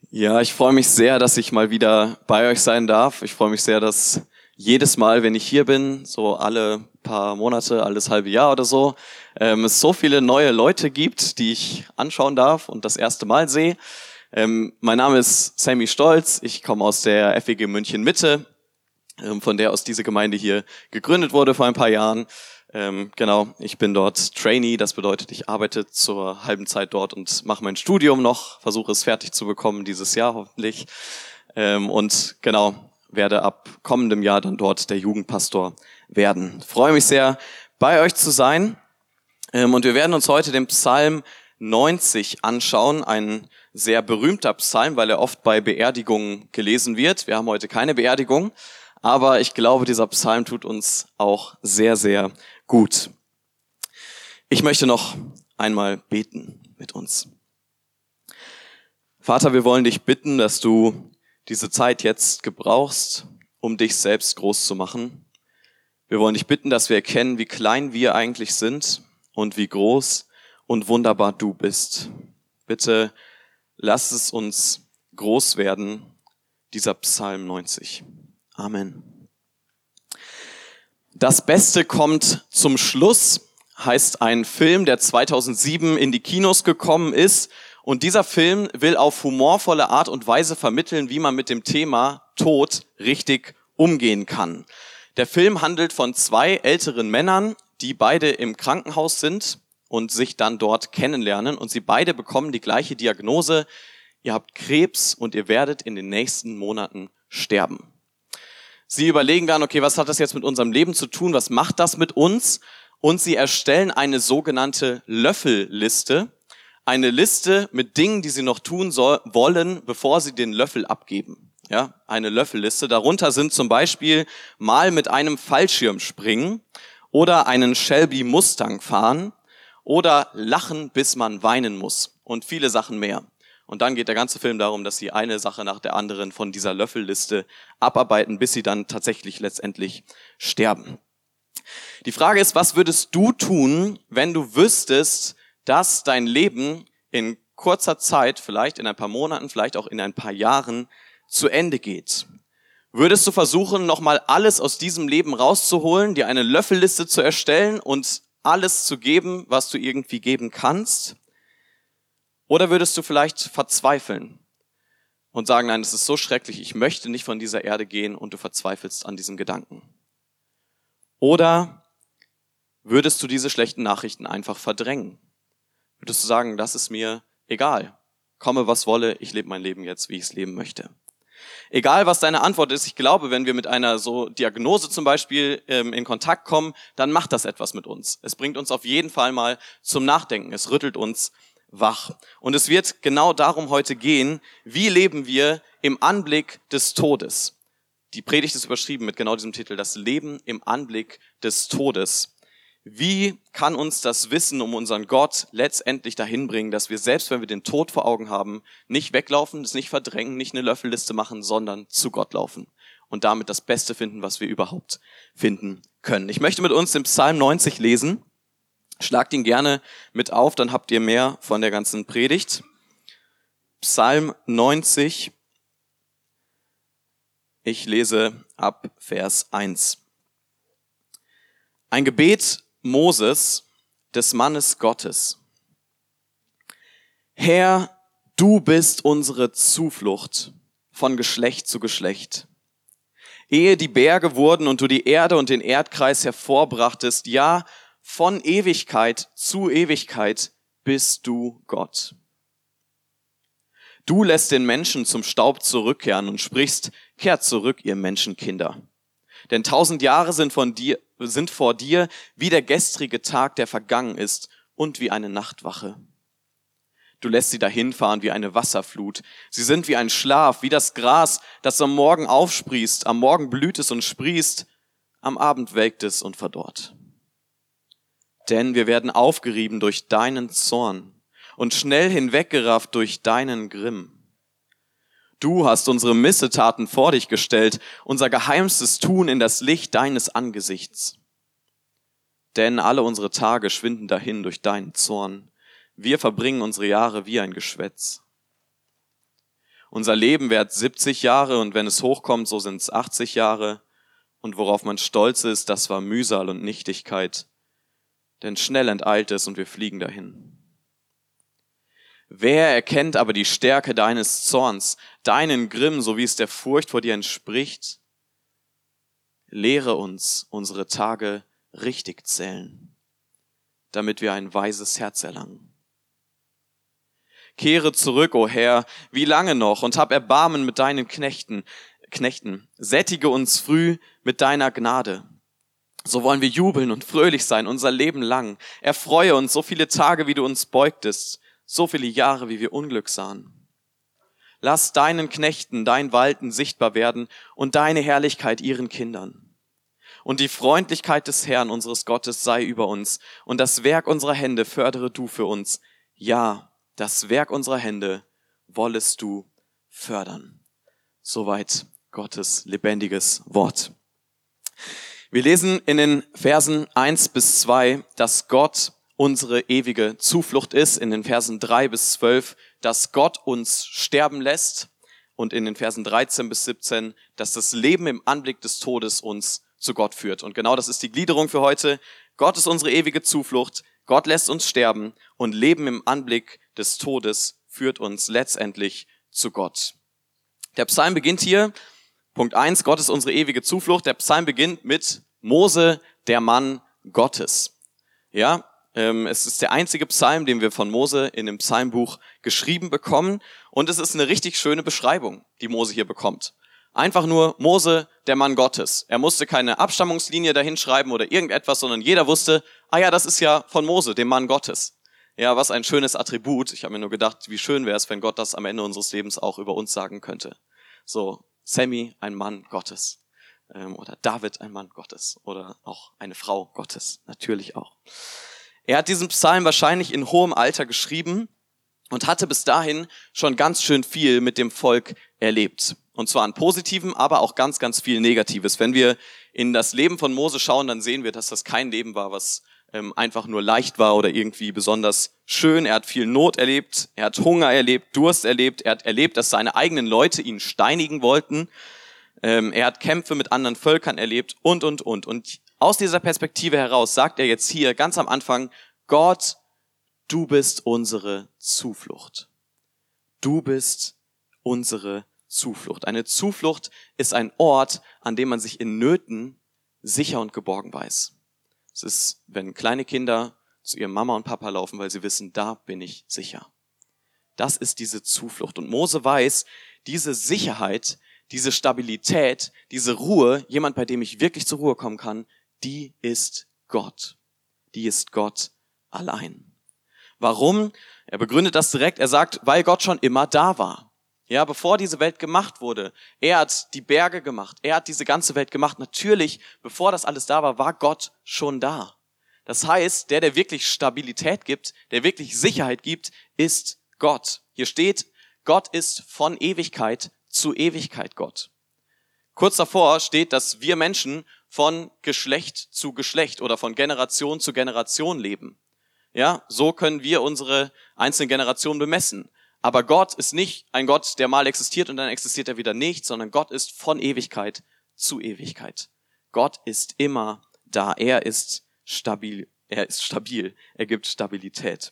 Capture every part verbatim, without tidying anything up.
Ja, ich freue mich sehr, dass ich mal wieder bei euch sein darf. Ich freue mich sehr, dass jedes Mal, wenn ich hier bin, so alle paar Monate, alles halbe Jahr oder so, ähm, es so viele neue Leute gibt, die ich anschauen darf und das erste Mal sehe. Ähm, mein Name ist Sammy Stolz, ich komme aus der F E G München Mitte, ähm, von der aus diese Gemeinde hier gegründet wurde vor ein paar Jahren. Ähm, genau, ich bin dort Trainee, das bedeutet, ich arbeite zur halben Zeit dort und mache mein Studium noch, versuche es fertig zu bekommen dieses Jahr hoffentlich. Ähm, und genau, werde ab kommendem Jahr dann dort der Jugendpastor werden. Freue mich sehr, bei euch zu sein. Ähm, und wir werden uns heute den Psalm neunzig anschauen, ein sehr berühmter Psalm, weil er oft bei Beerdigungen gelesen wird. Wir haben heute keine Beerdigung, aber ich glaube, dieser Psalm tut uns auch sehr, sehr gut. Ich möchte noch einmal beten mit uns. Vater, wir wollen dich bitten, dass du diese Zeit jetzt gebrauchst, um dich selbst groß zu machen. Wir wollen dich bitten, dass wir erkennen, wie klein wir eigentlich sind und wie groß und wunderbar du bist. Bitte lass es uns groß werden, dieser Psalm neunzig. Amen. Das Beste kommt zum Schluss, heißt ein Film, der zweitausendsieben in die Kinos gekommen ist. Und dieser Film will auf humorvolle Art und Weise vermitteln, wie man mit dem Thema Tod richtig umgehen kann. Der Film handelt von zwei älteren Männern, die beide im Krankenhaus sind und sich dann dort kennenlernen. Und sie beide bekommen die gleiche Diagnose: Ihr habt Krebs und ihr werdet in den nächsten Monaten sterben. Sie überlegen dann, okay, was hat das jetzt mit unserem Leben zu tun? Was macht das mit uns? Und sie erstellen eine sogenannte Löffelliste. Eine Liste mit Dingen, die sie noch tun soll, wollen, bevor sie den Löffel abgeben. Ja, eine Löffelliste. Darunter sind zum Beispiel mal mit einem Fallschirm springen oder einen Shelby Mustang fahren oder lachen, bis man weinen muss und viele Sachen mehr. Und dann geht der ganze Film darum, dass sie eine Sache nach der anderen von dieser Löffelliste abarbeiten, bis sie dann tatsächlich letztendlich sterben. Die Frage ist, was würdest du tun, wenn du wüsstest, dass dein Leben in kurzer Zeit, vielleicht in ein paar Monaten, vielleicht auch in ein paar Jahren zu Ende geht? Würdest du versuchen, nochmal alles aus diesem Leben rauszuholen, dir eine Löffelliste zu erstellen und alles zu geben, was du irgendwie geben kannst? Oder würdest du vielleicht verzweifeln und sagen, nein, es ist so schrecklich, ich möchte nicht von dieser Erde gehen, und du verzweifelst an diesem Gedanken? Oder würdest du diese schlechten Nachrichten einfach verdrängen? Würdest du sagen, das ist mir egal, komme was wolle, ich lebe mein Leben jetzt, wie ich es leben möchte? Egal, was deine Antwort ist, ich glaube, wenn wir mit einer so Diagnose zum Beispiel ähm, in Kontakt kommen, dann macht das etwas mit uns. Es bringt uns auf jeden Fall mal zum Nachdenken, es rüttelt uns wach. Und es wird genau darum heute gehen, wie leben wir im Anblick des Todes. Die Predigt ist überschrieben mit genau diesem Titel, das Leben im Anblick des Todes. Wie kann uns das Wissen um unseren Gott letztendlich dahin bringen, dass wir selbst, wenn wir den Tod vor Augen haben, nicht weglaufen, es nicht verdrängen, nicht eine Löffelliste machen, sondern zu Gott laufen und damit das Beste finden, was wir überhaupt finden können. Ich möchte mit uns den Psalm neunzig lesen. Schlagt ihn gerne mit auf, dann habt ihr mehr von der ganzen Predigt. Psalm neunzig. Ich lese ab Vers eins. Ein Gebet Moses, des Mannes Gottes. Herr, du bist unsere Zuflucht von Geschlecht zu Geschlecht. Ehe die Berge wurden und du die Erde und den Erdkreis hervorbrachtest, ja, von Ewigkeit zu Ewigkeit bist du Gott. Du lässt den Menschen zum Staub zurückkehren und sprichst, kehrt zurück, ihr Menschenkinder. Denn tausend Jahre sind, von dir, sind vor dir wie der gestrige Tag, der vergangen ist, und wie eine Nachtwache. Du lässt sie dahinfahren wie eine Wasserflut. Sie sind wie ein Schlaf, wie das Gras, das am Morgen aufsprießt. Am Morgen blüht es und sprießt, am Abend welkt es und verdorrt. Denn wir werden aufgerieben durch deinen Zorn und schnell hinweggerafft durch deinen Grimm. Du hast unsere Missetaten vor dich gestellt, unser geheimstes Tun in das Licht deines Angesichts. Denn alle unsere Tage schwinden dahin durch deinen Zorn. Wir verbringen unsere Jahre wie ein Geschwätz. Unser Leben währt siebzig Jahre und wenn es hochkommt, so sind es achtzig Jahre. Und worauf man stolz ist, das war Mühsal und Nichtigkeit. Denn schnell enteilt es und wir fliegen dahin. Wer erkennt aber die Stärke deines Zorns, deinen Grimm, so wie es der Furcht vor dir entspricht? Lehre uns unsere Tage richtig zählen, damit wir ein weises Herz erlangen. Kehre zurück, o Herr, wie lange noch, und hab Erbarmen mit deinen Knechten, Knechten. Sättige uns früh mit deiner Gnade. So wollen wir jubeln und fröhlich sein unser Leben lang. Erfreue uns so viele Tage, wie du uns beugtest, so viele Jahre, wie wir Unglück sahen. Lass deinen Knechten dein Walten sichtbar werden und deine Herrlichkeit ihren Kindern. Und die Freundlichkeit des Herrn, unseres Gottes, sei über uns. Und das Werk unserer Hände fördere du für uns. Ja, das Werk unserer Hände wollest du fördern. Soweit Gottes lebendiges Wort. Wir lesen in den Versen eins bis zwei, dass Gott unsere ewige Zuflucht ist, in den Versen drei bis zwölf, dass Gott uns sterben lässt und in den Versen dreizehn bis siebzehn, dass das Leben im Anblick des Todes uns zu Gott führt. Und genau das ist die Gliederung für heute. Gott ist unsere ewige Zuflucht, Gott lässt uns sterben und Leben im Anblick des Todes führt uns letztendlich zu Gott. Der Psalm beginnt hier, Punkt eins, Gott ist unsere ewige Zuflucht. Der Psalm beginnt mit Mose, der Mann Gottes. Ja, ähm, es ist der einzige Psalm, den wir von Mose in dem Psalmbuch geschrieben bekommen. Und es ist eine richtig schöne Beschreibung, die Mose hier bekommt. Einfach nur Mose, der Mann Gottes. Er musste keine Abstammungslinie dahin schreiben oder irgendetwas, sondern jeder wusste, ah ja, das ist ja von Mose, dem Mann Gottes. Ja, was ein schönes Attribut. Ich habe mir nur gedacht, wie schön wäre es, wenn Gott das am Ende unseres Lebens auch über uns sagen könnte. So, Sammy, ein Mann Gottes. Ähm, oder David, ein Mann Gottes. Oder auch eine Frau Gottes, natürlich auch. Er hat diesen Psalm wahrscheinlich in hohem Alter geschrieben und hatte bis dahin schon ganz schön viel mit dem Volk erlebt. Und zwar an Positivem, aber auch ganz, ganz viel Negatives. Wenn wir in das Leben von Mose schauen, dann sehen wir, dass das kein Leben war, was ähm, einfach nur leicht war oder irgendwie besonders schön. Er hat viel Not erlebt, er hat Hunger erlebt, Durst erlebt, er hat erlebt, dass seine eigenen Leute ihn steinigen wollten. Ähm, er hat Kämpfe mit anderen Völkern erlebt und, und, und. Und aus dieser Perspektive heraus sagt er jetzt hier ganz am Anfang, Gott, du bist unsere Zuflucht. Du bist unsere Zuflucht. Eine Zuflucht ist ein Ort, an dem man sich in Nöten sicher und geborgen weiß. Es ist, wenn kleine Kinder zu ihrem Mama und Papa laufen, weil sie wissen, da bin ich sicher. Das ist diese Zuflucht. Und Mose weiß, diese Sicherheit, diese Stabilität, diese Ruhe, jemand, bei dem ich wirklich zur Ruhe kommen kann, die ist Gott. Die ist Gott allein. Warum? Er begründet das direkt. Er sagt, weil Gott schon immer da war. Ja, bevor diese Welt gemacht wurde. Er hat die Berge gemacht. Er hat diese ganze Welt gemacht. Natürlich, bevor das alles da war, war Gott schon da. Das heißt, der, der wirklich Stabilität gibt, der wirklich Sicherheit gibt, ist Gott. Hier steht, Gott ist von Ewigkeit zu Ewigkeit Gott. Kurz davor steht, dass wir Menschen von Geschlecht zu Geschlecht oder von Generation zu Generation leben. Ja, so können wir unsere einzelnen Generationen bemessen. Aber Gott ist nicht ein Gott, der mal existiert und dann existiert er wieder nicht, sondern Gott ist von Ewigkeit zu Ewigkeit. Gott ist immer da. Er ist stabil. Er ist stabil. Er gibt Stabilität.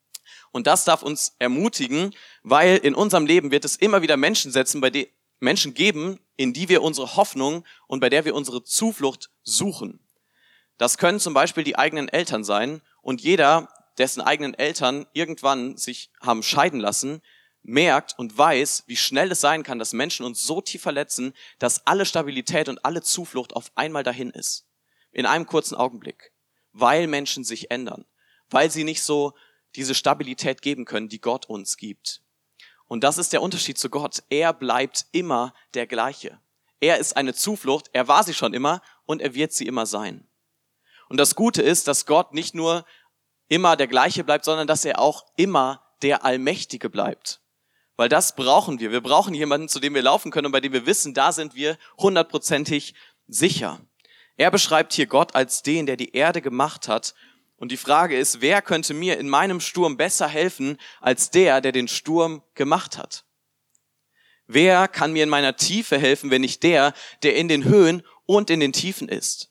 Und das darf uns ermutigen, weil in unserem Leben wird es immer wieder Menschen setzen, bei denen Menschen geben, in die wir unsere Hoffnung und bei der wir unsere Zuflucht suchen. Das können zum Beispiel die eigenen Eltern sein und jeder, dessen eigenen Eltern irgendwann sich haben scheiden lassen, merkt und weiß, wie schnell es sein kann, dass Menschen uns so tief verletzen, dass alle Stabilität und alle Zuflucht auf einmal dahin ist. In einem kurzen Augenblick. Weil Menschen sich ändern. Weil sie nicht so diese Stabilität geben können, die Gott uns gibt. Und das ist der Unterschied zu Gott. Er bleibt immer der Gleiche. Er ist eine Zuflucht, er war sie schon immer und er wird sie immer sein. Und das Gute ist, dass Gott nicht nur immer der Gleiche bleibt, sondern dass er auch immer der Allmächtige bleibt. Weil das brauchen wir. Wir brauchen jemanden, zu dem wir laufen können und bei dem wir wissen, da sind wir hundertprozentig sicher. Er beschreibt hier Gott als den, der die Erde gemacht hat. Und die Frage ist, wer könnte mir in meinem Sturm besser helfen als der, der den Sturm gemacht hat? Wer kann mir in meiner Tiefe helfen, wenn nicht der, der in den Höhen und in den Tiefen ist?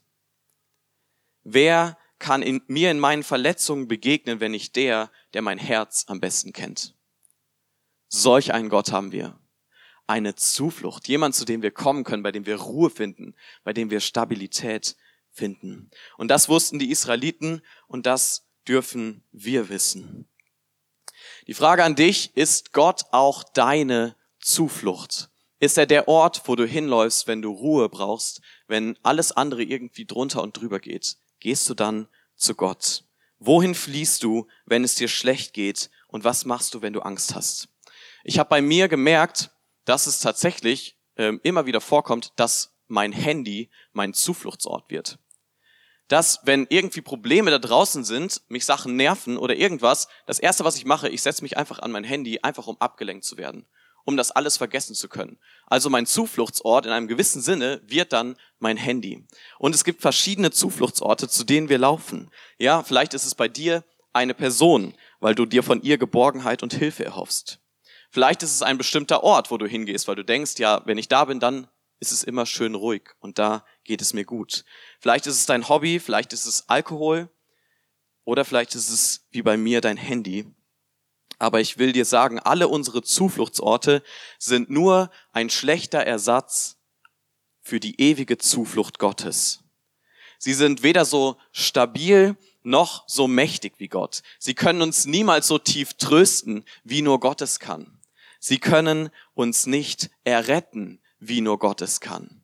Wer kann in, mir in meinen Verletzungen begegnen, wenn nicht der, der mein Herz am besten kennt? Solch einen Gott haben wir. Eine Zuflucht, jemand, zu dem wir kommen können, bei dem wir Ruhe finden, bei dem wir Stabilität finden. Und das wussten die Israeliten und das dürfen wir wissen. Die Frage an dich, ist Gott auch deine Zuflucht? Ist er der Ort, wo du hinläufst, wenn du Ruhe brauchst, wenn alles andere irgendwie drunter und drüber geht? Gehst du dann zu Gott? Wohin fließt du, wenn es dir schlecht geht? Und was machst du, wenn du Angst hast? Ich habe bei mir gemerkt, dass es tatsächlich ähm, immer wieder vorkommt, dass mein Handy mein Zufluchtsort wird. Dass, wenn irgendwie Probleme da draußen sind, mich Sachen nerven oder irgendwas, das Erste, was ich mache, ich setze mich einfach an mein Handy, einfach um abgelenkt zu werden, um das alles vergessen zu können. Also mein Zufluchtsort in einem gewissen Sinne wird dann mein Handy. Und es gibt verschiedene Zufluchtsorte, zu denen wir laufen. Ja, vielleicht ist es bei dir eine Person, weil du dir von ihr Geborgenheit und Hilfe erhoffst. Vielleicht ist es ein bestimmter Ort, wo du hingehst, weil du denkst, ja, wenn ich da bin, dann ist es immer schön ruhig und da geht es mir gut. Vielleicht ist es dein Hobby, vielleicht ist es Alkohol oder vielleicht ist es wie bei mir dein Handy. Aber ich will dir sagen, alle unsere Zufluchtsorte sind nur ein schlechter Ersatz für die ewige Zuflucht Gottes. Sie sind weder so stabil noch so mächtig wie Gott. Sie können uns niemals so tief trösten, wie nur Gott es kann. Sie können uns nicht erretten, wie nur Gott es kann.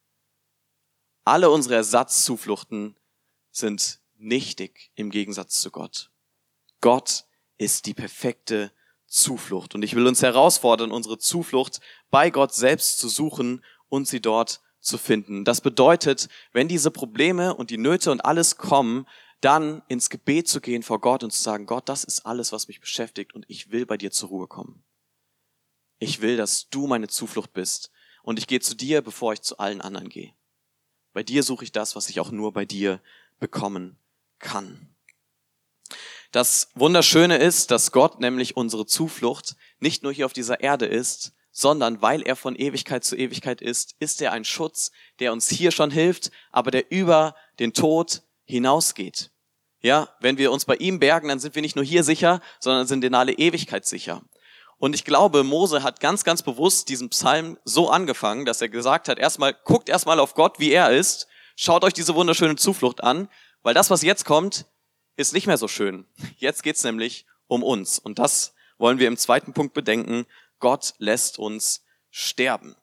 Alle unsere Ersatzzufluchten sind nichtig im Gegensatz zu Gott. Gott ist die perfekte Zuflucht. Und ich will uns herausfordern, unsere Zuflucht bei Gott selbst zu suchen und sie dort zu finden. Das bedeutet, wenn diese Probleme und die Nöte und alles kommen, dann ins Gebet zu gehen vor Gott und zu sagen, Gott, das ist alles, was mich beschäftigt und ich will bei dir zur Ruhe kommen. Ich will, dass du meine Zuflucht bist und ich gehe zu dir, bevor ich zu allen anderen gehe. Bei dir suche ich das, was ich auch nur bei dir bekommen kann. Das Wunderschöne ist, dass Gott nämlich unsere Zuflucht nicht nur hier auf dieser Erde ist, sondern weil er von Ewigkeit zu Ewigkeit ist, ist er ein Schutz, der uns hier schon hilft, aber der über den Tod hinausgeht. Ja, wenn wir uns bei ihm bergen, dann sind wir nicht nur hier sicher, sondern sind in alle Ewigkeit sicher. Und ich glaube, Mose hat ganz, ganz bewusst diesen Psalm so angefangen, dass er gesagt hat, erstmal, guckt erstmal auf Gott, wie er ist, schaut euch diese wunderschöne Zuflucht an, weil das, was jetzt kommt, ist nicht mehr so schön. Jetzt geht's nämlich um uns. Und das wollen wir im zweiten Punkt bedenken. Gott lässt uns sterben.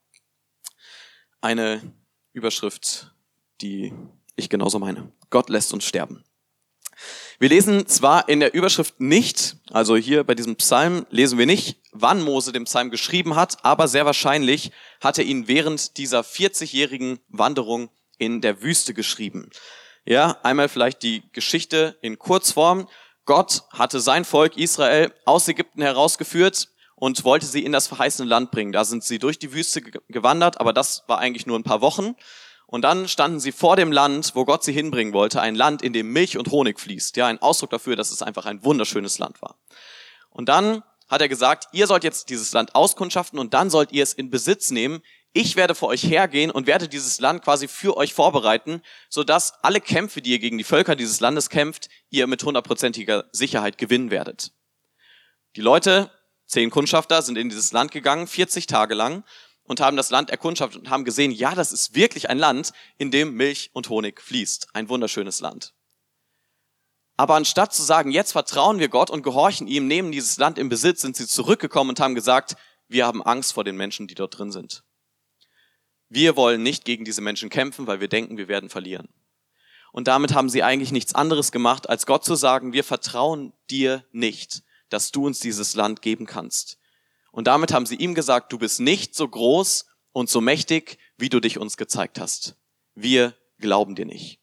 Eine Überschrift, die ich genauso meine. Gott lässt uns sterben. Wir lesen zwar in der Überschrift nicht, also hier bei diesem Psalm lesen wir nicht, wann Mose den Psalm geschrieben hat, aber sehr wahrscheinlich hat er ihn während dieser vierzigjährigen Wanderung in der Wüste geschrieben. Ja, einmal vielleicht die Geschichte in Kurzform. Gott hatte sein Volk Israel aus Ägypten herausgeführt und wollte sie in das verheißene Land bringen. Da sind sie durch die Wüste gewandert, aber das war eigentlich nur ein paar Wochen. Und dann standen sie vor dem Land, wo Gott sie hinbringen wollte, ein Land, in dem Milch und Honig fließt. Ja, ein Ausdruck dafür, dass es einfach ein wunderschönes Land war. Und dann hat er gesagt, ihr sollt jetzt dieses Land auskundschaften und dann sollt ihr es in Besitz nehmen. Ich werde vor euch hergehen und werde dieses Land quasi für euch vorbereiten, sodass alle Kämpfe, die ihr gegen die Völker dieses Landes kämpft, ihr mit hundertprozentiger Sicherheit gewinnen werdet. Die Leute, zehn Kundschafter, sind in dieses Land gegangen, vierzig Tage lang, und haben das Land erkundschaftet und haben gesehen, ja, das ist wirklich ein Land, in dem Milch und Honig fließt. Ein wunderschönes Land. Aber anstatt zu sagen, jetzt vertrauen wir Gott und gehorchen ihm, nehmen dieses Land in Besitz, sind sie zurückgekommen und haben gesagt, wir haben Angst vor den Menschen, die dort drin sind. Wir wollen nicht gegen diese Menschen kämpfen, weil wir denken, wir werden verlieren. Und damit haben sie eigentlich nichts anderes gemacht, als Gott zu sagen, wir vertrauen dir nicht, dass du uns dieses Land geben kannst. Und damit haben sie ihm gesagt, du bist nicht so groß und so mächtig, wie du dich uns gezeigt hast. Wir glauben dir nicht.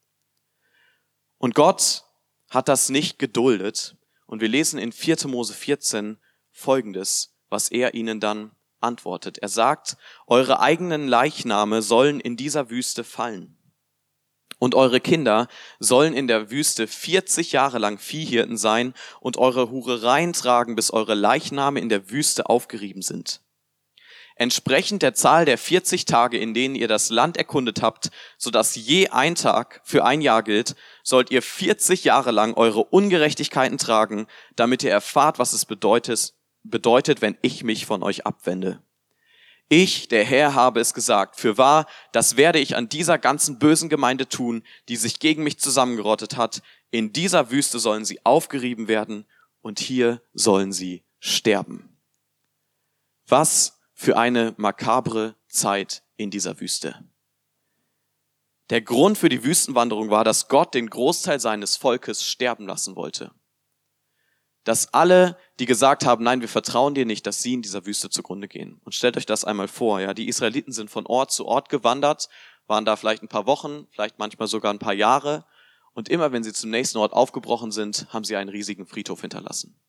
Und Gott hat das nicht geduldet. Und wir lesen in vierter Mose vierzehn Folgendes, was er ihnen dann antwortet. Er sagt, eure eigenen Leichname sollen in dieser Wüste fallen. Und eure Kinder sollen in der Wüste vierzig Jahre lang Viehhirten sein und eure Hurereien tragen, bis eure Leichname in der Wüste aufgerieben sind. entsprechend der Zahl der vierzig Tage, in denen ihr das Land erkundet habt, sodass je ein Tag für ein Jahr gilt, sollt ihr vierzig Jahre lang eure Ungerechtigkeiten tragen, damit ihr erfahrt, was es bedeutet, bedeutet, wenn ich mich von euch abwende. Ich, der Herr, habe es gesagt. Fürwahr, das werde ich an dieser ganzen bösen Gemeinde tun, die sich gegen mich zusammengerottet hat. In dieser Wüste sollen sie aufgerieben werden und hier sollen sie sterben. Was für eine makabre Zeit in dieser Wüste. Der Grund für die Wüstenwanderung war, dass Gott den Großteil seines Volkes sterben lassen wollte. Dass alle, die gesagt haben, nein, wir vertrauen dir nicht, dass sie in dieser Wüste zugrunde gehen. Und stellt euch das einmal vor, ja, die Israeliten sind von Ort zu Ort gewandert, waren da vielleicht ein paar Wochen, vielleicht manchmal sogar ein paar Jahre. Und immer wenn sie zum nächsten Ort aufgebrochen sind, haben sie einen riesigen Friedhof hinterlassen.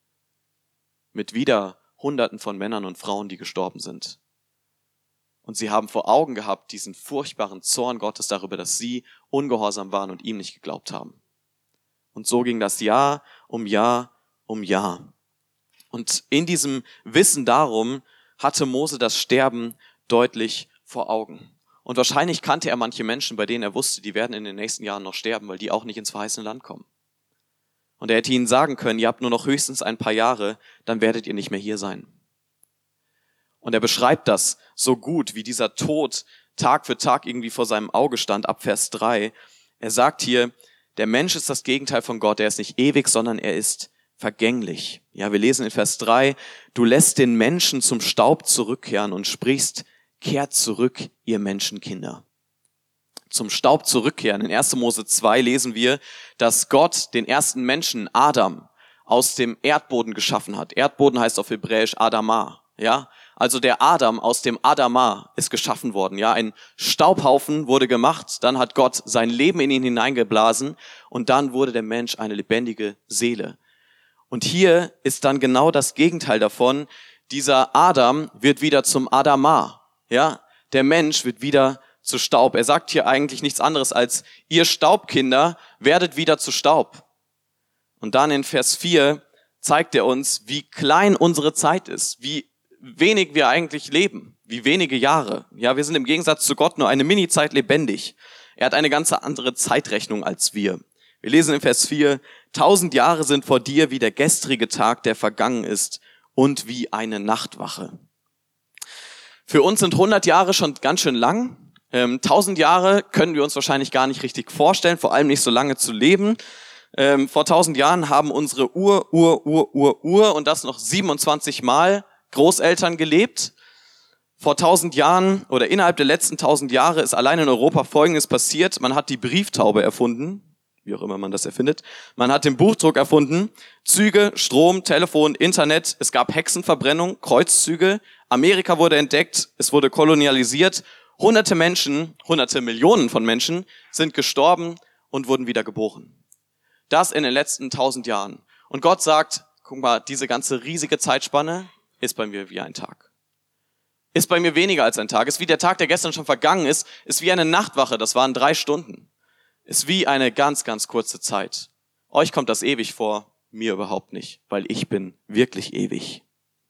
Mit wieder Hunderten von Männern und Frauen, die gestorben sind. Und sie haben vor Augen gehabt diesen furchtbaren Zorn Gottes darüber, dass sie ungehorsam waren und ihm nicht geglaubt haben. Und so ging das Jahr um Jahr um Jahr. Und in diesem Wissen darum hatte Mose das Sterben deutlich vor Augen. Und wahrscheinlich kannte er manche Menschen, bei denen er wusste, die werden in den nächsten Jahren noch sterben, weil die auch nicht ins verheißene Land kommen. Und er hätte ihnen sagen können, ihr habt nur noch höchstens ein paar Jahre, dann werdet ihr nicht mehr hier sein. Und er beschreibt das so gut, wie dieser Tod Tag für Tag irgendwie vor seinem Auge stand, ab Vers drei. Er sagt hier, der Mensch ist das Gegenteil von Gott, er ist nicht ewig, sondern er ist vergänglich. Ja, wir lesen in Vers drei, du lässt den Menschen zum Staub zurückkehren und sprichst, kehrt zurück, ihr Menschenkinder. Zum Staub zurückkehren. In erster Mose zwei lesen wir, dass Gott den ersten Menschen, Adam, aus dem Erdboden geschaffen hat. Erdboden heißt auf Hebräisch Adama, ja? Also der Adam aus dem Adama ist geschaffen worden, ja? Ein Staubhaufen wurde gemacht, dann hat Gott sein Leben in ihn hineingeblasen und dann wurde der Mensch eine lebendige Seele. Und hier ist dann genau das Gegenteil davon. Dieser Adam wird wieder zum Adama, ja? Der Mensch wird wieder zu Staub. Er sagt hier eigentlich nichts anderes als, ihr Staubkinder werdet wieder zu Staub. Und dann in Vers vier zeigt er uns, wie klein unsere Zeit ist, wie wenig wir eigentlich leben, wie wenige Jahre. Ja, wir sind im Gegensatz zu Gott nur eine Mini-Zeit lebendig. Er hat eine ganz andere Zeitrechnung als wir. Wir lesen in Vers vier, tausend Jahre sind vor dir wie der gestrige Tag, der vergangen ist, und wie eine Nachtwache. Für uns sind hundert Jahre schon ganz schön lang. Ähm, tausend Jahre können wir uns wahrscheinlich gar nicht richtig vorstellen, vor allem nicht so lange zu leben. Ähm, vor tausend Jahren haben unsere Ur, Ur, Ur, Ur, Ur und das noch siebenundzwanzig Mal Großeltern gelebt. Vor tausend Jahren oder innerhalb der letzten tausend Jahre ist allein in Europa Folgendes passiert. Man hat die Brieftaube erfunden, wie auch immer man das erfindet. Man hat den Buchdruck erfunden, Züge, Strom, Telefon, Internet. Es gab Hexenverbrennung, Kreuzzüge. Amerika wurde entdeckt, es wurde kolonialisiert. Hunderte Menschen, hunderte Millionen von Menschen sind gestorben und wurden wieder geboren. Das in den letzten tausend Jahren. Und Gott sagt, guck mal, diese ganze riesige Zeitspanne ist bei mir wie ein Tag. Ist bei mir weniger als ein Tag. Ist wie der Tag, der gestern schon vergangen ist. Ist wie eine Nachtwache, das waren drei Stunden. Ist wie eine ganz, ganz kurze Zeit. Euch kommt das ewig vor, mir überhaupt nicht, weil ich bin wirklich ewig.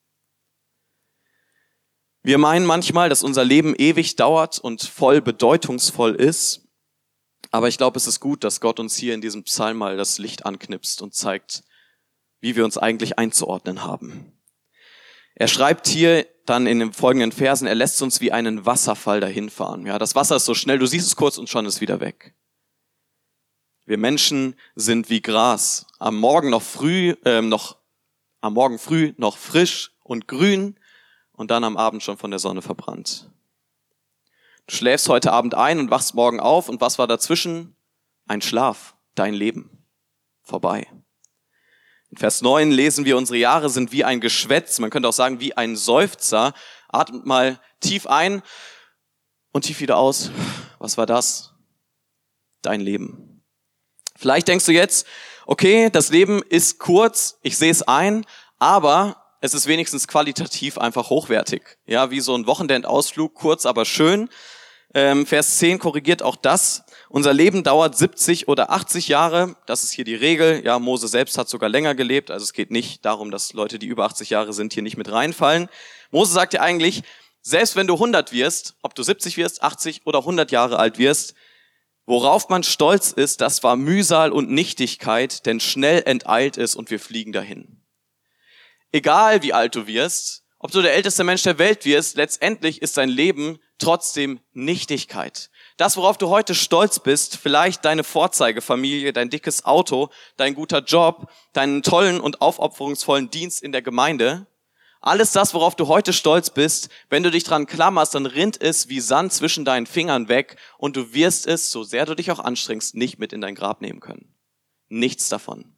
Wir meinen manchmal, dass unser Leben ewig dauert und voll bedeutungsvoll ist. Aber ich glaube, es ist gut, dass Gott uns hier in diesem Psalm mal das Licht anknipst und zeigt, wie wir uns eigentlich einzuordnen haben. Er schreibt hier dann in den folgenden Versen, er lässt uns wie einen Wasserfall dahinfahren. Ja, das Wasser ist so schnell, du siehst es kurz und schon ist wieder weg. Wir Menschen sind wie Gras, am Morgen noch früh, äh, noch am Morgen früh noch frisch und grün und dann am Abend schon von der Sonne verbrannt. Du schläfst heute Abend ein und wachst morgen auf und was war dazwischen? Ein Schlaf, dein Leben, vorbei. In Vers neun lesen wir, unsere Jahre sind wie ein Geschwätz, man könnte auch sagen wie ein Seufzer. Atmet mal tief ein und tief wieder aus. Was war das? Dein Leben. Vielleicht denkst du jetzt, okay, das Leben ist kurz, ich sehe es ein, aber es ist wenigstens qualitativ einfach hochwertig. Ja, wie so ein Wochenendausflug, kurz, aber schön. Ähm, Vers zehn korrigiert auch das. Unser Leben dauert siebzig oder achtzig Jahre. Das ist hier die Regel. Ja, Mose selbst hat sogar länger gelebt. Also es geht nicht darum, dass Leute, die über achtzig Jahre sind, hier nicht mit reinfallen. Mose sagt ja eigentlich, Selbst wenn du hundert wirst, ob du siebzig wirst, achtzig oder hundert Jahre alt wirst, worauf man stolz ist, das war Mühsal und Nichtigkeit, denn schnell enteilt es und wir fliegen dahin. Egal wie alt du wirst, ob du der älteste Mensch der Welt wirst, letztendlich ist dein Leben trotzdem Nichtigkeit. Das, worauf du heute stolz bist, vielleicht deine Vorzeigefamilie, dein dickes Auto, dein guter Job, deinen tollen und aufopferungsvollen Dienst in der Gemeinde, alles das, worauf du heute stolz bist, wenn du dich dran klammerst, dann rinnt es wie Sand zwischen deinen Fingern weg und du wirst es, so sehr du dich auch anstrengst, nicht mit in dein Grab nehmen können. Nichts davon.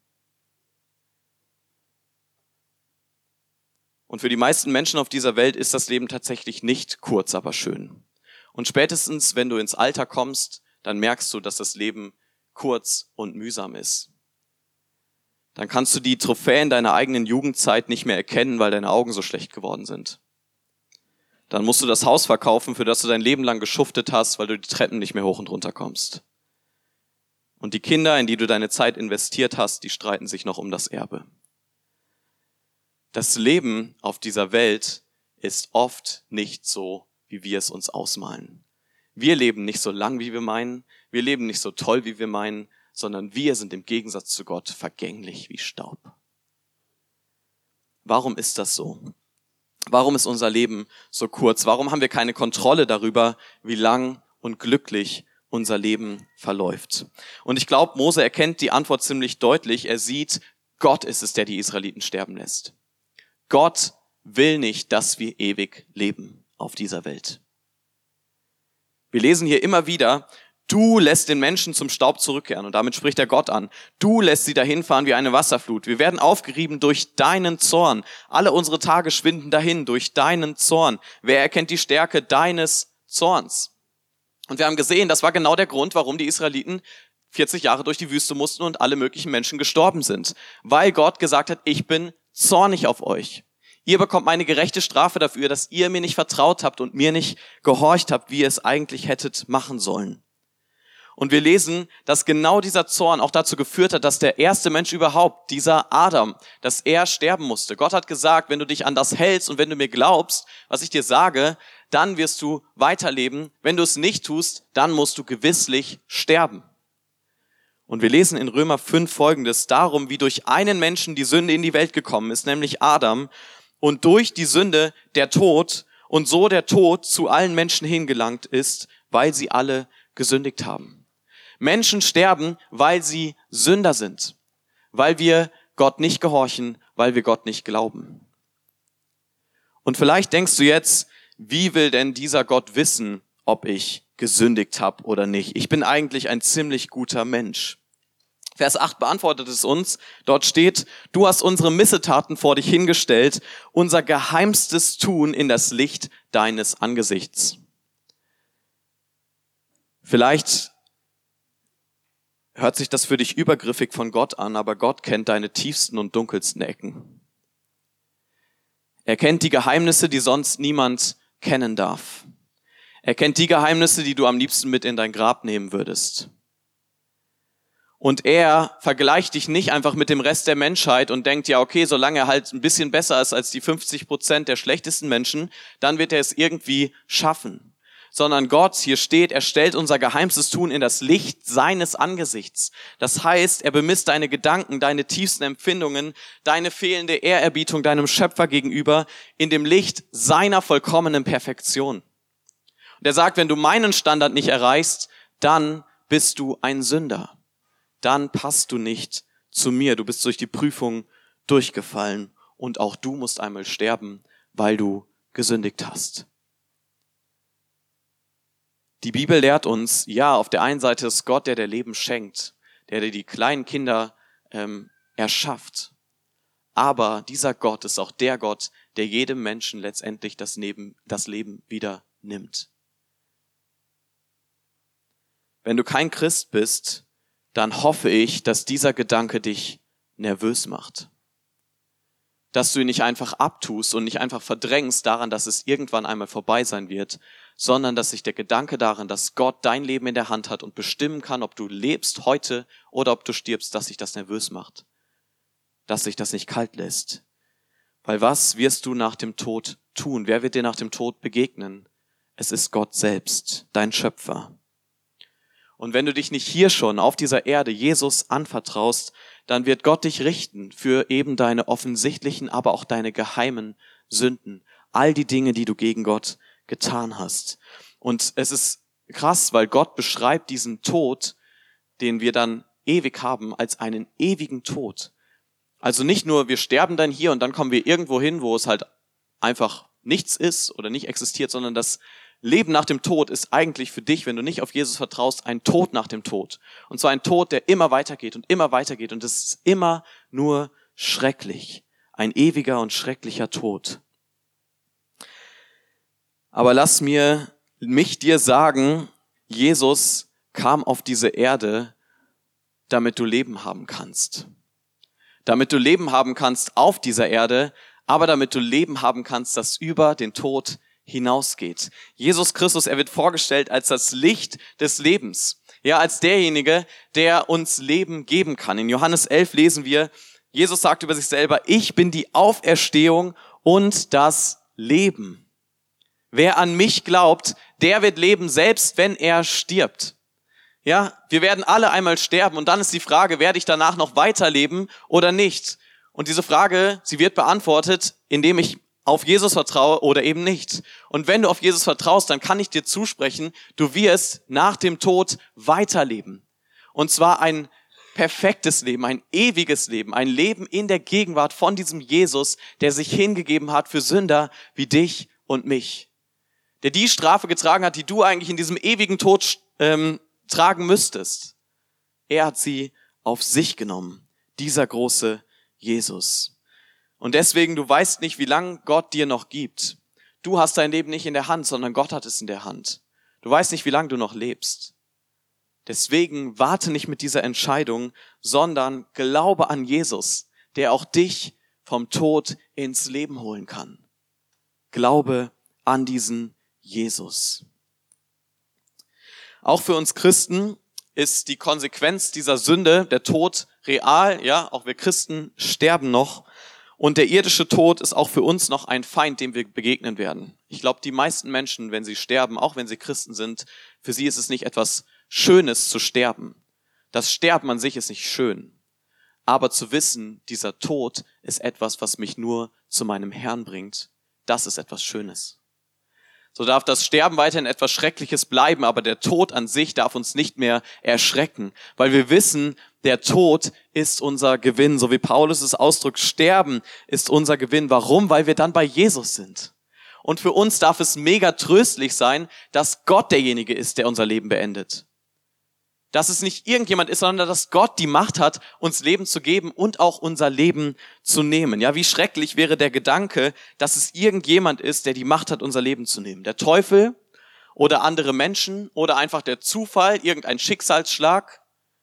Und für die meisten Menschen auf dieser Welt ist das Leben tatsächlich nicht kurz, aber schön. Und spätestens, wenn du ins Alter kommst, dann merkst du, dass das Leben kurz und mühsam ist. Dann kannst du die Trophäen deiner eigenen Jugendzeit nicht mehr erkennen, weil deine Augen so schlecht geworden sind. Dann musst du das Haus verkaufen, für das du dein Leben lang geschuftet hast, weil du die Treppen nicht mehr hoch und runter kommst. Und die Kinder, in die du deine Zeit investiert hast, die streiten sich noch um das Erbe. Das Leben auf dieser Welt ist oft nicht so, wie wir es uns ausmalen. Wir leben nicht so lang, wie wir meinen. Wir leben nicht so toll, wie wir meinen, sondern wir sind im Gegensatz zu Gott vergänglich wie Staub. Warum ist das so? Warum ist unser Leben so kurz? Warum haben wir keine Kontrolle darüber, wie lang und glücklich unser Leben verläuft? Und ich glaube, Mose erkennt die Antwort ziemlich deutlich. Er sieht, Gott ist es, der die Israeliten sterben lässt. Gott will nicht, dass wir ewig leben auf dieser Welt. Wir lesen hier immer wieder, du lässt den Menschen zum Staub zurückkehren. Und damit spricht er Gott an. Du lässt sie dahin fahren wie eine Wasserflut. Wir werden aufgerieben durch deinen Zorn. Alle unsere Tage schwinden dahin durch deinen Zorn. Wer erkennt die Stärke deines Zorns? Und wir haben gesehen, das war genau der Grund, warum die Israeliten vierzig Jahre durch die Wüste mussten und alle möglichen Menschen gestorben sind. Weil Gott gesagt hat, ich bin zornig auf euch. Ihr bekommt meine gerechte Strafe dafür, dass ihr mir nicht vertraut habt und mir nicht gehorcht habt, wie ihr es eigentlich hättet machen sollen. Und wir lesen, dass genau dieser Zorn auch dazu geführt hat, dass der erste Mensch überhaupt, dieser Adam, dass er sterben musste. Gott hat gesagt, wenn du dich an das hältst und wenn du mir glaubst, was ich dir sage, dann wirst du weiterleben. Wenn du es nicht tust, dann musst du gewisslich sterben. Und wir lesen in Römer fünf Folgendes darum, wie durch einen Menschen die Sünde in die Welt gekommen ist, nämlich Adam, und durch die Sünde der Tod und so der Tod zu allen Menschen hingelangt ist, weil sie alle gesündigt haben. Menschen sterben, weil sie Sünder sind, weil wir Gott nicht gehorchen, weil wir Gott nicht glauben. Und vielleicht denkst du jetzt, wie will denn dieser Gott wissen, ob ich gesündigt habe oder nicht? Ich bin eigentlich ein ziemlich guter Mensch. Vers acht beantwortet es uns. Dort steht, du hast unsere Missetaten vor dich hingestellt, unser geheimstes Tun in das Licht deines Angesichts. Vielleicht hört sich das für dich übergriffig von Gott an, aber Gott kennt deine tiefsten und dunkelsten Ecken. Er kennt die Geheimnisse, die sonst niemand kennen darf. Er kennt die Geheimnisse, die du am liebsten mit in dein Grab nehmen würdest. Und er vergleicht dich nicht einfach mit dem Rest der Menschheit und denkt, ja okay, solange er halt ein bisschen besser ist als die fünfzig Prozent der schlechtesten Menschen, dann wird er es irgendwie schaffen. Sondern Gott, hier steht, er stellt unser geheimstes Tun in das Licht seines Angesichts. Das heißt, er bemisst deine Gedanken, deine tiefsten Empfindungen, deine fehlende Ehrerbietung deinem Schöpfer gegenüber in dem Licht seiner vollkommenen Perfektion. Und er sagt, wenn du meinen Standard nicht erreichst, dann bist du ein Sünder. Dann passt du nicht zu mir. Du bist durch die Prüfung durchgefallen und auch du musst einmal sterben, weil du gesündigt hast. Die Bibel lehrt uns, ja, auf der einen Seite ist Gott, der der Leben schenkt, der dir die kleinen Kinder ähm, erschafft. Aber dieser Gott ist auch der Gott, der jedem Menschen letztendlich das Leben, das Leben wieder nimmt. Wenn du kein Christ bist, dann hoffe ich, dass dieser Gedanke dich nervös macht. Dass du ihn nicht einfach abtust und nicht einfach verdrängst daran, dass es irgendwann einmal vorbei sein wird, sondern dass sich der Gedanke daran, dass Gott dein Leben in der Hand hat und bestimmen kann, ob du lebst heute oder ob du stirbst, dass sich das nervös macht. Dass sich das nicht kalt lässt. Weil was wirst du nach dem Tod tun? Wer wird dir nach dem Tod begegnen? Es ist Gott selbst, dein Schöpfer. Und wenn du dich nicht hier schon auf dieser Erde Jesus anvertraust, dann wird Gott dich richten für eben deine offensichtlichen, aber auch deine geheimen Sünden. All die Dinge, die du gegen Gott getan hast. Und es ist krass, weil Gott beschreibt diesen Tod, den wir dann ewig haben, als einen ewigen Tod. Also nicht nur, wir sterben dann hier und dann kommen wir irgendwo hin, wo es halt einfach nichts ist oder nicht existiert, sondern das Leben nach dem Tod ist eigentlich für dich, wenn du nicht auf Jesus vertraust, ein Tod nach dem Tod. Und zwar ein Tod, der immer weitergeht und immer weitergeht. Und es ist immer nur schrecklich. Ein ewiger und schrecklicher Tod. Aber lass mir, mich dir sagen, Jesus kam auf diese Erde, damit du Leben haben kannst. Damit du Leben haben kannst auf dieser Erde, aber damit du Leben haben kannst, das über den Tod hinausgeht. Jesus Christus, er wird vorgestellt als das Licht des Lebens. Ja, als derjenige, der uns Leben geben kann. In Johannes elf lesen wir, Jesus sagt über sich selber, ich bin die Auferstehung und das Leben. Wer an mich glaubt, der wird leben, selbst wenn er stirbt. Ja, wir werden alle einmal sterben und dann ist die Frage, werde ich danach noch weiterleben oder nicht? Und diese Frage, sie wird beantwortet, indem ich auf Jesus vertraue oder eben nicht. Und wenn du auf Jesus vertraust, dann kann ich dir zusprechen, du wirst nach dem Tod weiterleben. Und zwar ein perfektes Leben, ein ewiges Leben, ein Leben in der Gegenwart von diesem Jesus, der sich hingegeben hat für Sünder wie dich und mich. Der die Strafe getragen hat, die du eigentlich in diesem ewigen Tod ähm, tragen müsstest. Er hat sie auf sich genommen, dieser große Jesus. Und deswegen, du weißt nicht, wie lange Gott dir noch gibt. Du hast dein Leben nicht in der Hand, sondern Gott hat es in der Hand. Du weißt nicht, wie lange du noch lebst. Deswegen warte nicht mit dieser Entscheidung, sondern glaube an Jesus, der auch dich vom Tod ins Leben holen kann. Glaube an diesen Jesus. Auch für uns Christen ist die Konsequenz dieser Sünde, der Tod, real. Ja, auch wir Christen sterben noch. Und der irdische Tod ist auch für uns noch ein Feind, dem wir begegnen werden. Ich glaube, die meisten Menschen, wenn sie sterben, auch wenn sie Christen sind, für sie ist es nicht etwas Schönes zu sterben. Das Sterben an sich ist nicht schön. Aber zu wissen, dieser Tod ist etwas, was mich nur zu meinem Herrn bringt, das ist etwas Schönes. So darf das Sterben weiterhin etwas Schreckliches bleiben, aber der Tod an sich darf uns nicht mehr erschrecken, weil wir wissen, der Tod ist unser Gewinn. So wie Paulus es ausdrückt, Sterben ist unser Gewinn. Warum? Weil wir dann bei Jesus sind. Und für uns darf es mega tröstlich sein, dass Gott derjenige ist, der unser Leben beendet. Dass es nicht irgendjemand ist, sondern dass Gott die Macht hat, uns Leben zu geben und auch unser Leben zu nehmen. Ja, wie schrecklich wäre der Gedanke, dass es irgendjemand ist, der die Macht hat, unser Leben zu nehmen. Der Teufel oder andere Menschen oder einfach der Zufall, irgendein Schicksalsschlag.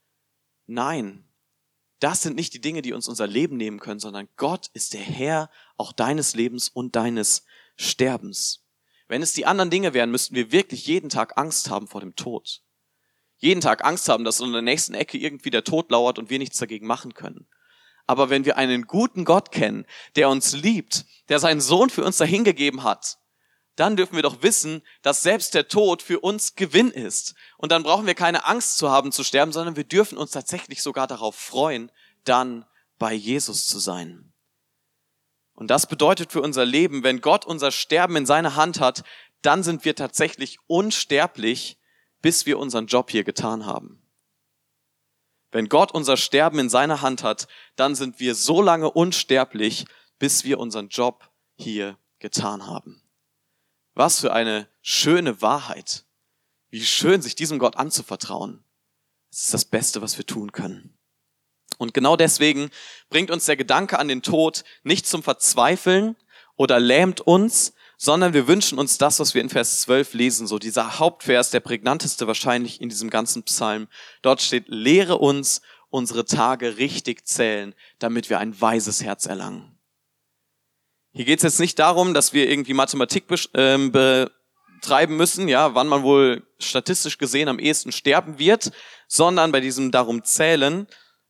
Nein, das sind nicht die Dinge, die uns unser Leben nehmen können, sondern Gott ist der Herr auch deines Lebens und deines Sterbens. Wenn es die anderen Dinge wären, müssten wir wirklich jeden Tag Angst haben vor dem Tod. Jeden Tag Angst haben, dass in der nächsten Ecke irgendwie der Tod lauert und wir nichts dagegen machen können. Aber wenn wir einen guten Gott kennen, der uns liebt, der seinen Sohn für uns dahingegeben hat, dann dürfen wir doch wissen, dass selbst der Tod für uns Gewinn ist. Und dann brauchen wir keine Angst zu haben, zu sterben, sondern wir dürfen uns tatsächlich sogar darauf freuen, dann bei Jesus zu sein. Und das bedeutet für unser Leben, wenn Gott unser Sterben in seiner Hand hat, dann sind wir tatsächlich unsterblich, bis wir unseren Job hier getan haben. Wenn Gott unser Sterben in seiner Hand hat, dann sind wir so lange unsterblich, bis wir unseren Job hier getan haben. Was für eine schöne Wahrheit. Wie schön, sich diesem Gott anzuvertrauen. Das ist das Beste, was wir tun können. Und genau deswegen bringt uns der Gedanke an den Tod nicht zum Verzweifeln oder lähmt uns, sondern wir wünschen uns das, was wir in Vers zwölf lesen, so dieser Hauptvers, der prägnanteste wahrscheinlich in diesem ganzen Psalm. Dort steht, lehre uns unsere Tage richtig zählen, damit wir ein weises Herz erlangen. Hier geht es jetzt nicht darum, dass wir irgendwie Mathematik ähm, betreiben müssen, ja, wann man wohl statistisch gesehen am ehesten sterben wird, sondern bei diesem darum zählen,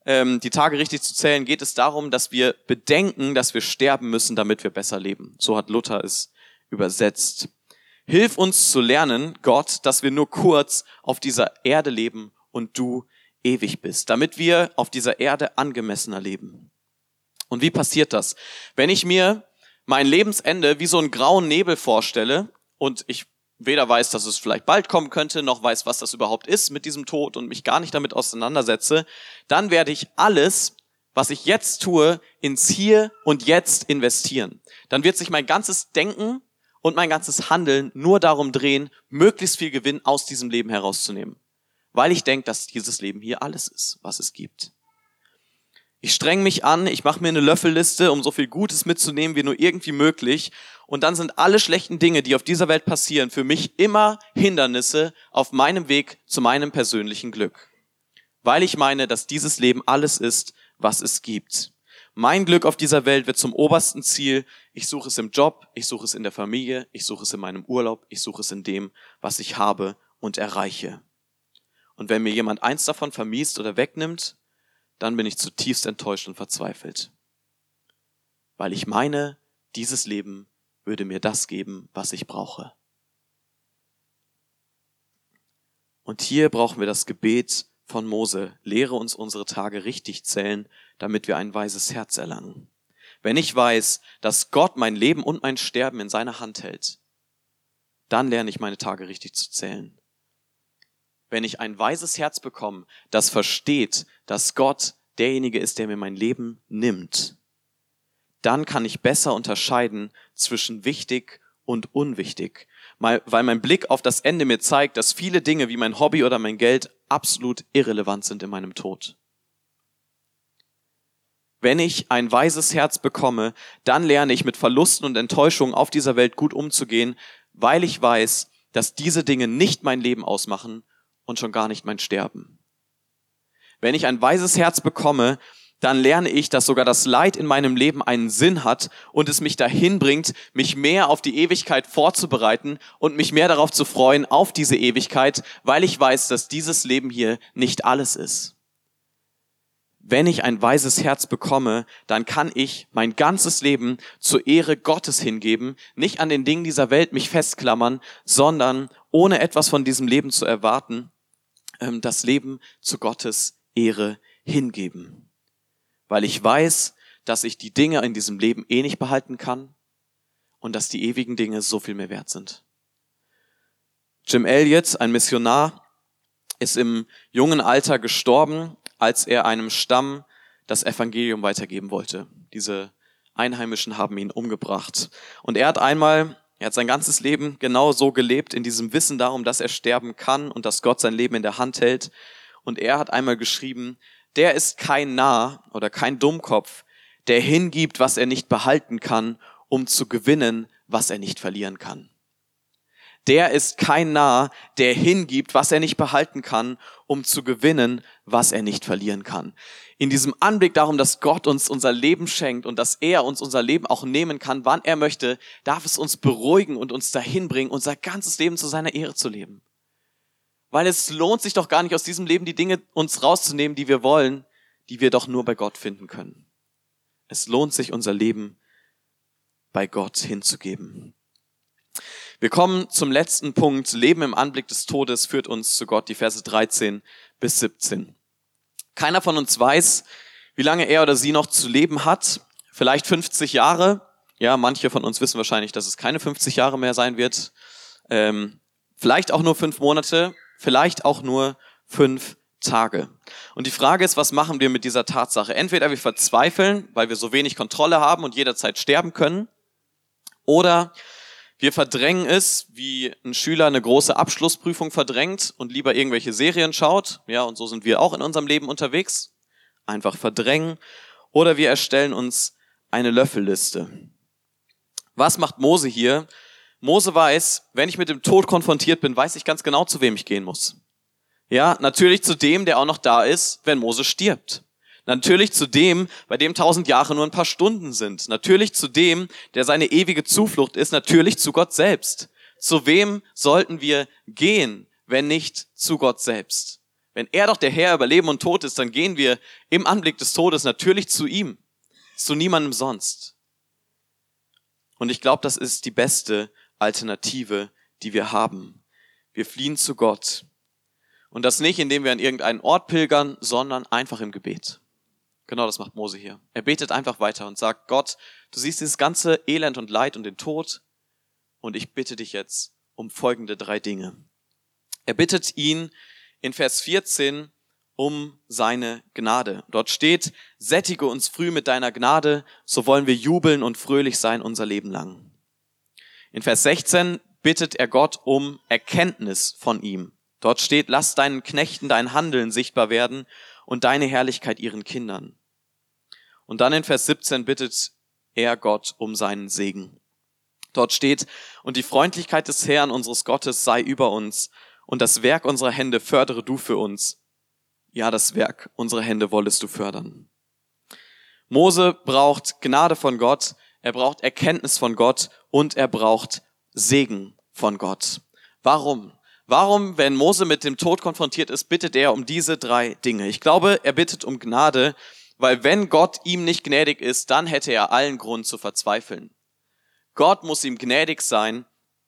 ähm, die Tage richtig zu zählen, geht es darum, dass wir bedenken, dass wir sterben müssen, damit wir besser leben. So hat Luther es übersetzt. Hilf uns zu lernen, Gott, dass wir nur kurz auf dieser Erde leben und du ewig bist, damit wir auf dieser Erde angemessener leben. Und wie passiert das? Wenn ich mir mein Lebensende wie so einen grauen Nebel vorstelle und ich weder weiß, dass es vielleicht bald kommen könnte, noch weiß, was das überhaupt ist mit diesem Tod und mich gar nicht damit auseinandersetze, dann werde ich alles, was ich jetzt tue, ins Hier und Jetzt investieren. Dann wird sich mein ganzes Denken und mein ganzes Handeln nur darum drehen, möglichst viel Gewinn aus diesem Leben herauszunehmen. Weil ich denke, dass dieses Leben hier alles ist, was es gibt. Ich streng mich an, ich mache mir eine Löffelliste, um so viel Gutes mitzunehmen wie nur irgendwie möglich. Und dann sind alle schlechten Dinge, die auf dieser Welt passieren, für mich immer Hindernisse auf meinem Weg zu meinem persönlichen Glück. Weil ich meine, dass dieses Leben alles ist, was es gibt. Mein Glück auf dieser Welt wird zum obersten Ziel. Ich suche es im Job, ich suche es in der Familie, ich suche es in meinem Urlaub, ich suche es in dem, was ich habe und erreiche. Und wenn mir jemand eins davon vermiest oder wegnimmt, dann bin ich zutiefst enttäuscht und verzweifelt. Weil ich meine, dieses Leben würde mir das geben, was ich brauche. Und hier brauchen wir das Gebet von Mose. Lehre uns unsere Tage richtig zählen, damit wir ein weises Herz erlangen. Wenn ich weiß, dass Gott mein Leben und mein Sterben in seiner Hand hält, dann lerne ich meine Tage richtig zu zählen. Wenn ich ein weises Herz bekomme, das versteht, dass Gott derjenige ist, der mir mein Leben nimmt, dann kann ich besser unterscheiden zwischen wichtig und unwichtig, weil mein Blick auf das Ende mir zeigt, dass viele Dinge wie mein Hobby oder mein Geld absolut irrelevant sind in meinem Tod. Wenn ich ein weises Herz bekomme, dann lerne ich mit Verlusten und Enttäuschungen auf dieser Welt gut umzugehen, weil ich weiß, dass diese Dinge nicht mein Leben ausmachen und schon gar nicht mein Sterben. Wenn ich ein weises Herz bekomme, dann lerne ich, dass sogar das Leid in meinem Leben einen Sinn hat und es mich dahin bringt, mich mehr auf die Ewigkeit vorzubereiten und mich mehr darauf zu freuen, auf diese Ewigkeit, weil ich weiß, dass dieses Leben hier nicht alles ist. Wenn ich ein weises Herz bekomme, dann kann ich mein ganzes Leben zur Ehre Gottes hingeben, nicht an den Dingen dieser Welt mich festklammern, sondern ohne etwas von diesem Leben zu erwarten, das Leben zu Gottes Ehre hingeben. Weil ich weiß, dass ich die Dinge in diesem Leben eh nicht behalten kann und dass die ewigen Dinge so viel mehr wert sind. Jim Elliot, ein Missionar, ist im jungen Alter gestorben, als er einem Stamm das Evangelium weitergeben wollte. Diese Einheimischen haben ihn umgebracht. Und er hat einmal, er hat sein ganzes Leben genau so gelebt, in diesem Wissen darum, dass er sterben kann und dass Gott sein Leben in der Hand hält. Und er hat einmal geschrieben, der ist kein Narr oder kein Dummkopf, der hingibt, was er nicht behalten kann, um zu gewinnen, was er nicht verlieren kann. Der ist kein Narr, der hingibt, was er nicht behalten kann, um zu gewinnen, was er nicht verlieren kann. In diesem Anblick darum, dass Gott uns unser Leben schenkt und dass er uns unser Leben auch nehmen kann, wann er möchte, darf es uns beruhigen und uns dahin bringen, unser ganzes Leben zu seiner Ehre zu leben. Weil es lohnt sich doch gar nicht, aus diesem Leben die Dinge uns rauszunehmen, die wir wollen, die wir doch nur bei Gott finden können. Es lohnt sich, unser Leben bei Gott hinzugeben. Wir kommen zum letzten Punkt. Leben im Anblick des Todes führt uns zu Gott, die Verse dreizehn bis siebzehn. Keiner von uns weiß, wie lange er oder sie noch zu leben hat. Vielleicht fünfzig Jahre. Ja, manche von uns wissen wahrscheinlich, dass es keine fünfzig Jahre mehr sein wird. Ähm, vielleicht auch nur fünf Monate. Vielleicht auch nur fünf Tage. Und die Frage ist, was machen wir mit dieser Tatsache? Entweder wir verzweifeln, weil wir so wenig Kontrolle haben und jederzeit sterben können, oder wir verdrängen es, wie ein Schüler eine große Abschlussprüfung verdrängt und lieber irgendwelche Serien schaut. Ja, und so sind wir auch in unserem Leben unterwegs. Einfach verdrängen. Oder wir erstellen uns eine Löffelliste. Was macht Mose hier? Mose weiß, wenn ich mit dem Tod konfrontiert bin, weiß ich ganz genau, zu wem ich gehen muss. Ja, natürlich zu dem, der auch noch da ist, wenn Mose stirbt. Natürlich zu dem, bei dem tausend Jahre nur ein paar Stunden sind. Natürlich zu dem, der seine ewige Zuflucht ist. Natürlich zu Gott selbst. Zu wem sollten wir gehen, wenn nicht zu Gott selbst? Wenn er doch der Herr über Leben und Tod ist, dann gehen wir im Anblick des Todes natürlich zu ihm, zu niemandem sonst. Und ich glaube, das ist die beste Alternative, die wir haben. Wir fliehen zu Gott. Und das nicht, indem wir an irgendeinen Ort pilgern, sondern einfach im Gebet. Genau das macht Mose hier. Er betet einfach weiter und sagt, Gott, du siehst dieses ganze Elend und Leid und den Tod und ich bitte dich jetzt um folgende drei Dinge. Er bittet ihn in Vers vierzehn um seine Gnade. Dort steht, sättige uns früh mit deiner Gnade, so wollen wir jubeln und fröhlich sein unser Leben lang. In Vers sechzehn bittet er Gott um Erkenntnis von ihm. Dort steht, lass deinen Knechten dein Handeln sichtbar werden und deine Herrlichkeit ihren Kindern. Und dann in Vers siebzehn bittet er Gott um seinen Segen. Dort steht, und die Freundlichkeit des Herrn unseres Gottes sei über uns und das Werk unserer Hände fördere du für uns. Ja, das Werk unserer Hände wollest du fördern. Mose braucht Gnade von Gott, er braucht Erkenntnis von Gott und er braucht Segen von Gott. Warum? Warum, wenn Mose mit dem Tod konfrontiert ist, bittet er um diese drei Dinge? Ich glaube, er bittet um Gnade, weil wenn Gott ihm nicht gnädig ist, dann hätte er allen Grund zu verzweifeln. Gott muss ihm gnädig sein,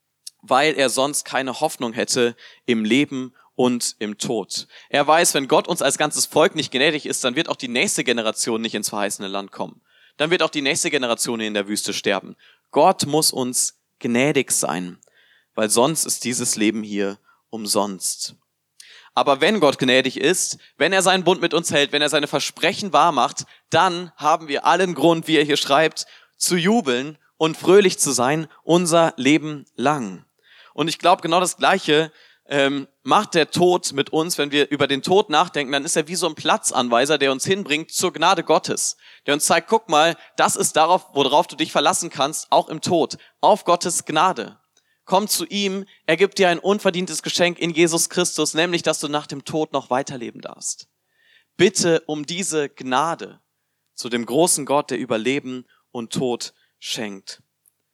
weil er sonst keine Hoffnung hätte im Leben und im Tod. Er weiß, wenn Gott uns als ganzes Volk nicht gnädig ist, dann wird auch die nächste Generation nicht ins verheißene Land kommen. Dann wird auch die nächste Generation in der Wüste sterben. Gott muss uns gnädig sein, weil sonst ist dieses Leben hier umsonst. Aber wenn Gott gnädig ist, wenn er seinen Bund mit uns hält, wenn er seine Versprechen wahrmacht, dann haben wir allen Grund, wie er hier schreibt, zu jubeln und fröhlich zu sein, unser Leben lang. Und ich glaube, genau das Gleiche ähm, macht der Tod mit uns. Wenn wir über den Tod nachdenken, dann ist er wie so ein Platzanweiser, der uns hinbringt zur Gnade Gottes. Der uns zeigt, guck mal, das ist darauf, worauf du dich verlassen kannst, auch im Tod, auf Gottes Gnade. Komm zu ihm, er gibt dir ein unverdientes Geschenk in Jesus Christus, nämlich, dass du nach dem Tod noch weiterleben darfst. Bitte um diese Gnade zu dem großen Gott, der über Leben und Tod schenkt.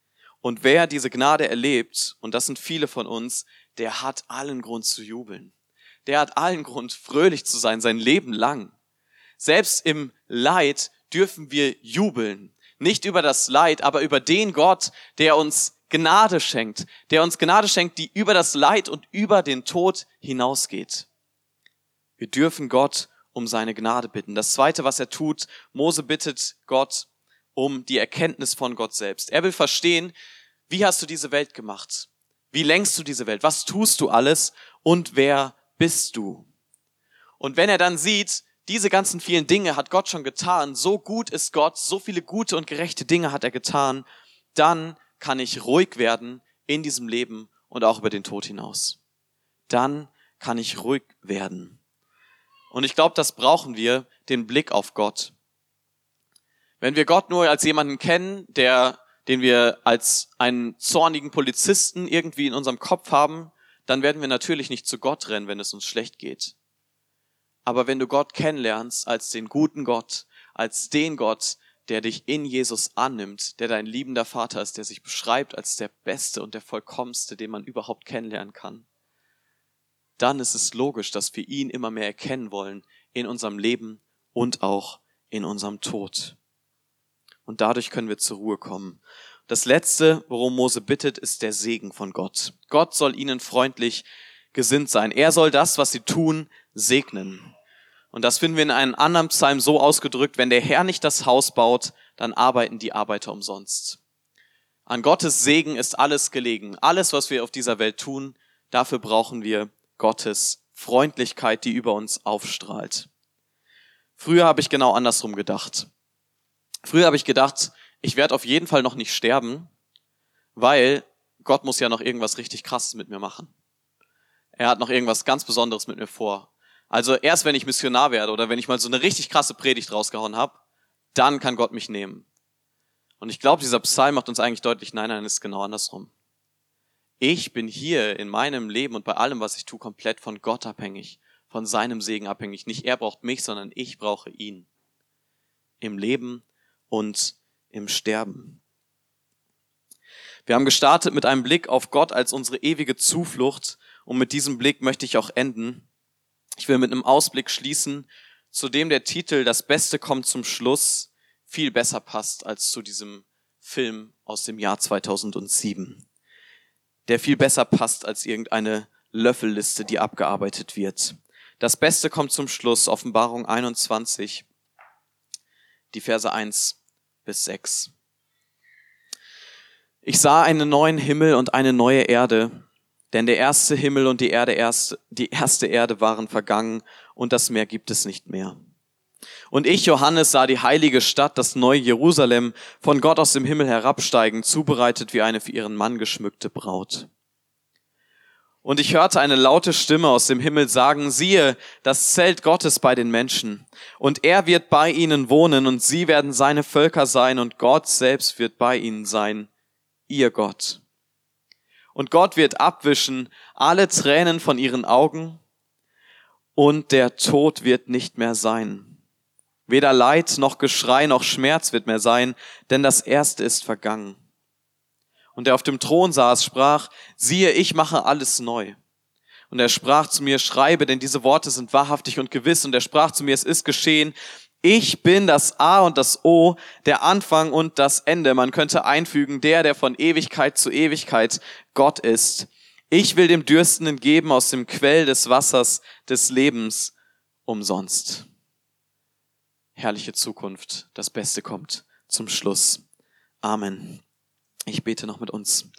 Und wer diese Gnade erlebt, und das sind viele von uns, der hat allen Grund zu jubeln. Der hat allen Grund, fröhlich zu sein, sein Leben lang. Selbst im Leid dürfen wir jubeln. Nicht über das Leid, aber über den Gott, der uns Gnade schenkt, der uns Gnade schenkt, die über das Leid und über den Tod hinausgeht. Wir dürfen Gott um seine Gnade bitten. Das Zweite, was er tut, Mose bittet Gott um die Erkenntnis von Gott selbst. Er will verstehen, wie hast du diese Welt gemacht? Wie lenkst du diese Welt? Was tust du alles? Und wer bist du? Und wenn er dann sieht, diese ganzen vielen Dinge hat Gott schon getan, so gut ist Gott, so viele gute und gerechte Dinge hat er getan, dann kann ich ruhig werden in diesem Leben und auch über den Tod hinaus. Dann kann ich ruhig werden. Und ich glaube, das brauchen wir, den Blick auf Gott. Wenn wir Gott nur als jemanden kennen, der, den wir als einen zornigen Polizisten irgendwie in unserem Kopf haben, dann werden wir natürlich nicht zu Gott rennen, wenn es uns schlecht geht. Aber wenn du Gott kennenlernst als den guten Gott, als den Gott, der dich in Jesus annimmt, der dein liebender Vater ist, der sich beschreibt als der Beste und der Vollkommenste, den man überhaupt kennenlernen kann, dann ist es logisch, dass wir ihn immer mehr erkennen wollen in unserem Leben und auch in unserem Tod. Und dadurch können wir zur Ruhe kommen. Das Letzte, worum Mose bittet, ist der Segen von Gott. Gott soll ihnen freundlich gesinnt sein. Er soll das, was sie tun, segnen. Und das finden wir in einem anderen Psalm so ausgedrückt, wenn der Herr nicht das Haus baut, dann arbeiten die Arbeiter umsonst. An Gottes Segen ist alles gelegen. Alles, was wir auf dieser Welt tun, dafür brauchen wir Gottes Freundlichkeit, die über uns aufstrahlt. Früher habe ich genau andersrum gedacht. Früher habe ich gedacht, ich werde auf jeden Fall noch nicht sterben, weil Gott muss ja noch irgendwas richtig Krasses mit mir machen. Er hat noch irgendwas ganz Besonderes mit mir vor. Also erst wenn ich Missionar werde oder wenn ich mal so eine richtig krasse Predigt rausgehauen habe, dann kann Gott mich nehmen. Und ich glaube, dieser Psalm macht uns eigentlich deutlich, nein, nein, es ist genau andersrum. Ich bin hier in meinem Leben und bei allem, was ich tue, komplett von Gott abhängig, von seinem Segen abhängig. Nicht er braucht mich, sondern ich brauche ihn. Im Leben und im Sterben. Wir haben gestartet mit einem Blick auf Gott als unsere ewige Zuflucht und mit diesem Blick möchte ich auch enden. Ich will mit einem Ausblick schließen, zu dem der Titel "Das Beste kommt zum Schluss" viel besser passt als zu diesem Film aus dem Jahr zweitausendsieben. Der viel besser passt als irgendeine Löffelliste, die abgearbeitet wird. Das Beste kommt zum Schluss, Offenbarung einundzwanzig, die Verse eins bis sechs. Ich sah einen neuen Himmel und eine neue Erde, denn der erste Himmel und die Erde erste, die erste Erde waren vergangen und das Meer gibt es nicht mehr. Und ich, Johannes, sah die heilige Stadt, das neue Jerusalem, von Gott aus dem Himmel herabsteigen, zubereitet wie eine für ihren Mann geschmückte Braut. Und ich hörte eine laute Stimme aus dem Himmel sagen, siehe, das Zelt Gottes bei den Menschen. Und er wird bei ihnen wohnen und sie werden seine Völker sein und Gott selbst wird bei ihnen sein, ihr Gott. Und Gott wird abwischen alle Tränen von ihren Augen und der Tod wird nicht mehr sein. Weder Leid noch Geschrei noch Schmerz wird mehr sein, denn das Erste ist vergangen. Und der auf dem Thron saß, sprach, siehe, ich mache alles neu. Und er sprach zu mir, schreibe, denn diese Worte sind wahrhaftig und gewiss. Und er sprach zu mir, es ist geschehen. Ich bin das A und das O, der Anfang und das Ende. Man könnte einfügen, der, der von Ewigkeit zu Ewigkeit Gott ist. Ich will dem Dürstenden geben aus dem Quell des Wassers des Lebens umsonst. Herrliche Zukunft, das Beste kommt zum Schluss. Amen. Ich bete noch mit uns.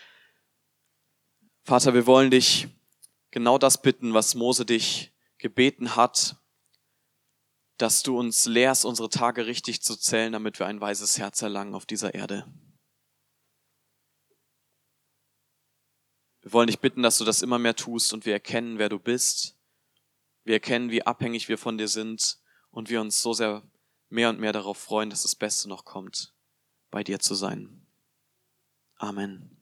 Vater, wir wollen dich genau das bitten, was Mose dich gebeten hat, dass du uns lehrst, unsere Tage richtig zu zählen, damit wir ein weises Herz erlangen auf dieser Erde. Wir wollen dich bitten, dass du das immer mehr tust und wir erkennen, wer du bist. Wir erkennen, wie abhängig wir von dir sind und wir uns so sehr mehr und mehr darauf freuen, dass das Beste noch kommt, bei dir zu sein. Amen.